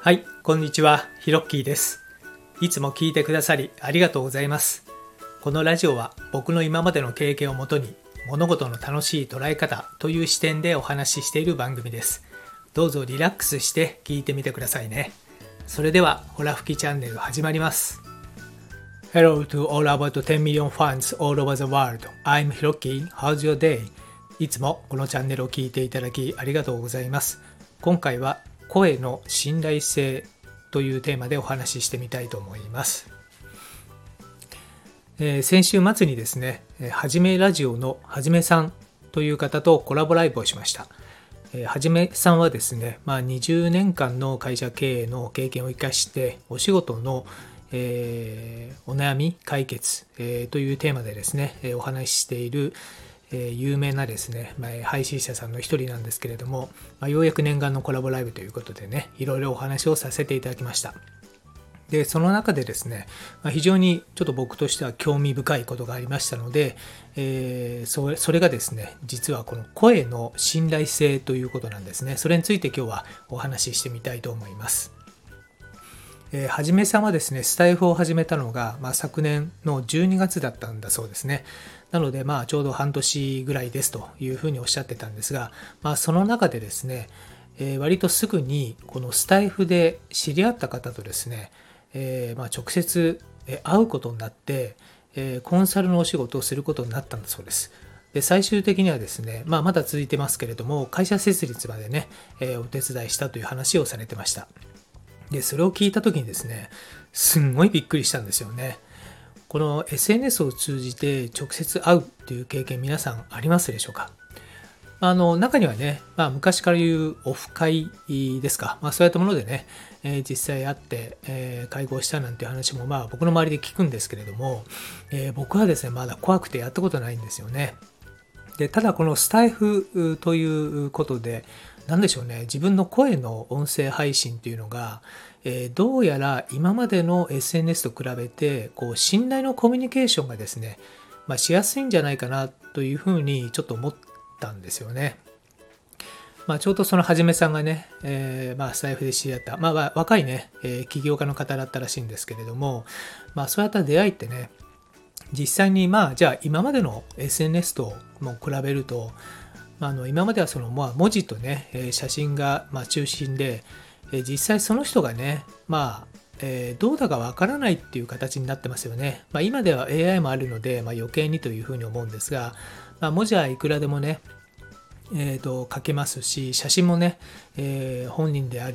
はい、こんにちは、ヒロッキーです。いつも聞いてくださりありがとうございます。このラジオは僕の今までの経験をもとに物事の楽しい捉え方という視点でお話ししている番組です。どうぞリラックスして聞いてみてくださいね。それではホラ吹きチャンネル始まります。Hello to all about 10 million fans all over the world. I'm Hiroki. How's your day? いつもこのチャンネルを聞いていただきありがとうございます。今回は声の信頼性というテーマでお話ししてみたいと思います。先週末にですね、はじめラジオのはじめさんという方とコラボライブをしました。はじめさんはですね、20年間の会社経営の経験を生かしてお仕事の、お悩み解決、というテーマでですね、お話ししている有名なですね、配信者さんの一人なんですけれども、ようやく念願のコラボライブということでね、いろいろお話をさせていただきました。で、その中でですね、非常にちょっと僕としては興味深いことがありましたので、それがですね、実はこの声の信頼性ということなんですね。それについて今日はお話ししてみたいと思います。はじめさんはですね、スタイフを始めたのが、昨年の12月だったんだそうですね。なので、ちょうど半年ぐらいですというふうにおっしゃってたんですが、その中でですね、割とすぐにこのスタイフで知り合った方とですね、直接会うことになって、コンサルのお仕事をすることになったんだそうです。で、最終的にはですね、まだ続いてますけれども、会社設立までね、お手伝いしたという話をされてました。で、それを聞いたときにですね、すんごいびっくりしたんですよね。この SNS を通じて直接会うっていう経験皆さんありますでしょうか？中にはね、昔から言うオフ会ですか、そういったものでね、実際会って、会合したなんていう話も僕の周りで聞くんですけれども、僕はですね、まだ怖くてやったことないんですよね。で、ただこのスタイフということで、なんでしょうね、自分の声の音声配信っていうのが、どうやら今までの SNS と比べて、信頼のコミュニケーションがですね、しやすいんじゃないかなというふうにちょっと思ったんですよね。ちょうどそのはじめさんがね、スタイフで知り合った、若いね、起業家の方だったらしいんですけれども、そういった出会いってね、実際にじゃあ今までの SNS とも比べると、今まではその文字とね、写真が中心で、実際その人がね、どうだかわからないっていう形になってますよね。今では AI もあるので、余計にというふうに思うんですが、文字はいくらでもね、書けますし、写真もね、本人であ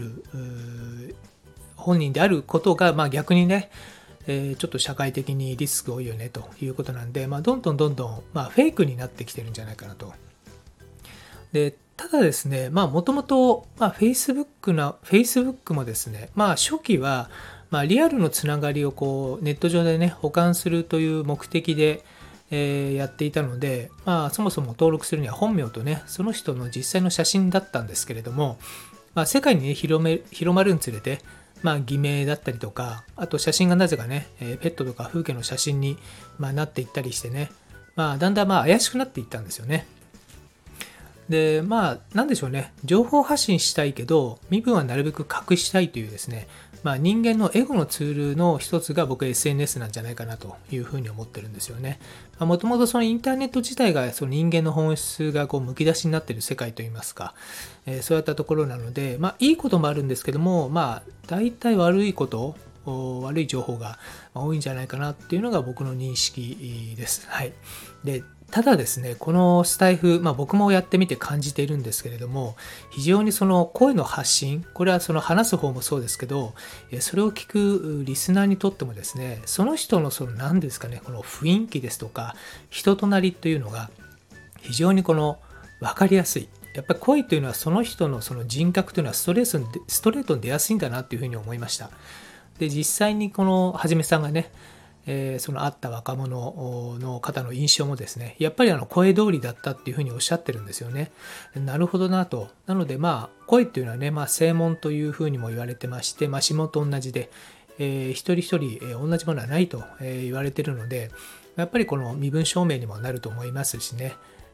ることが、逆にね、ちょっと社会的にリスク多いよねということなんで、どんどん、フェイクになってきてるんじゃないかなと。で、ただですね、もともと、Facebook もですね、初期は、リアルのつながりをネット上でね、保管するという目的で、やっていたので、そもそも登録するには本名とね、その人の実際の写真だったんですけれども、世界にね、広まるにつれて、偽名だったりとか、あと写真がなぜかね、ペットとか風景の写真に、なっていったりしてね、だんだん怪しくなっていったんですよね。で、なんでしょうね、情報発信したいけど、身分はなるべく隠したいというですね、人間のエゴのツールの一つが僕は SNS なんじゃないかなというふうに思ってるんですよね。もともとそのインターネット自体がその人間の本質がむき出しになっている世界といいますか、そういったところなので、いいこともあるんですけども、大体悪い情報が多いんじゃないかなっていうのが僕の認識です。はい。で、ただですね、このスタイフ、僕もやってみて感じているんですけれども、非常にその声の発信、これはその話す方もそうですけど、それを聞くリスナーにとってもですね、その人の何ですかね、この雰囲気ですとか、人となりというのが非常に分かりやすい。やっぱり声というのはその人のその人格というのはストレートに出やすいんだなというふうに思いました。で、実際にこのはじめさんがね、その会った若者の方の印象もですね、やっぱり声通りだったっていうふうにおっしゃってるんですよね。なるほどなと。なので声っていうのはね、声紋というふうにも言われてまして、指紋と同じで、一人一人同じものはないと言われているので、やっぱりこの身分証明にもなると思いますしね。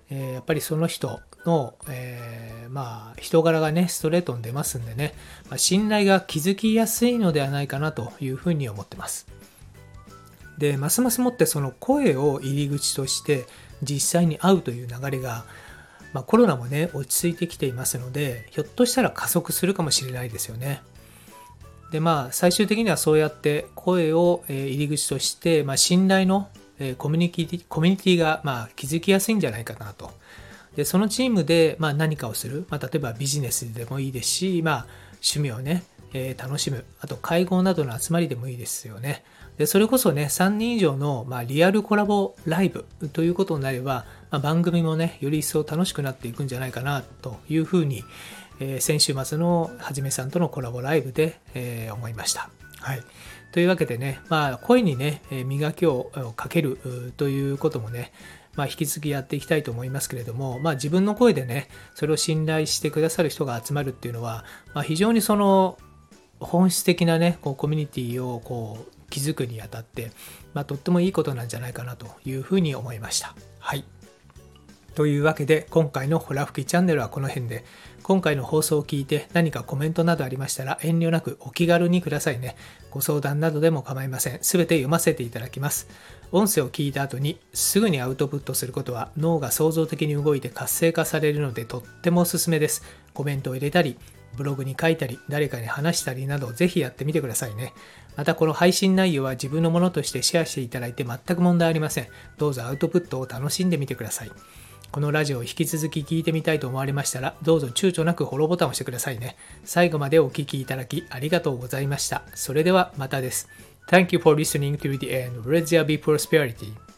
やっぱりその人の、人柄がね、ストレートに出ますんでね、信頼が築きやすいのではないかなというふうに思ってます。で、ますますもってその声を入り口として実際に会うという流れが、コロナもね、落ち着いてきていますので、ひょっとしたら加速するかもしれないですよね。で、最終的にはそうやって声を入り口として、信頼のコミュニティが築きやすいんじゃないかなと。で、そのチームで何かをする、例えばビジネスでもいいですし、趣味をね、楽しむ、あと会合などの集まりでもいいですよね。で、それこそね、3人以上のリアルコラボライブということになれば、番組もね、より一層楽しくなっていくんじゃないかなというふうに、先週末のはじめさんとのコラボライブで、思いました。はい。というわけでね、声にね、磨きをかけるということもね、引き続きやっていきたいと思いますけれども、自分の声でね、それを信頼してくださる人が集まるっていうのは、非常にその本質的なね、コミュニティを築くにあたって、とってもいいことなんじゃないかなというふうに思いました。はい。というわけで、今回のほら吹きチャンネルはこの辺で、今回の放送を聞いて何かコメントなどありましたら遠慮なくお気軽にくださいね。ご相談などでも構いません。すべて読ませていただきます。音声を聞いた後にすぐにアウトプットすることは脳が創造的に動いて活性化されるのでとってもおすすめです。コメントを入れたり、ブログに書いたり、誰かに話したりなどぜひやってみてくださいね。またこの配信内容は自分のものとしてシェアしていただいて全く問題ありません。どうぞアウトプットを楽しんでみてください。このラジオを引き続き聞いてみたいと思われましたら、どうぞ躊躇なくフォローボタンを押してくださいね。最後までお聞きいただきありがとうございました。それではまたです。Thank you for listening to the end. Let there be prosperity.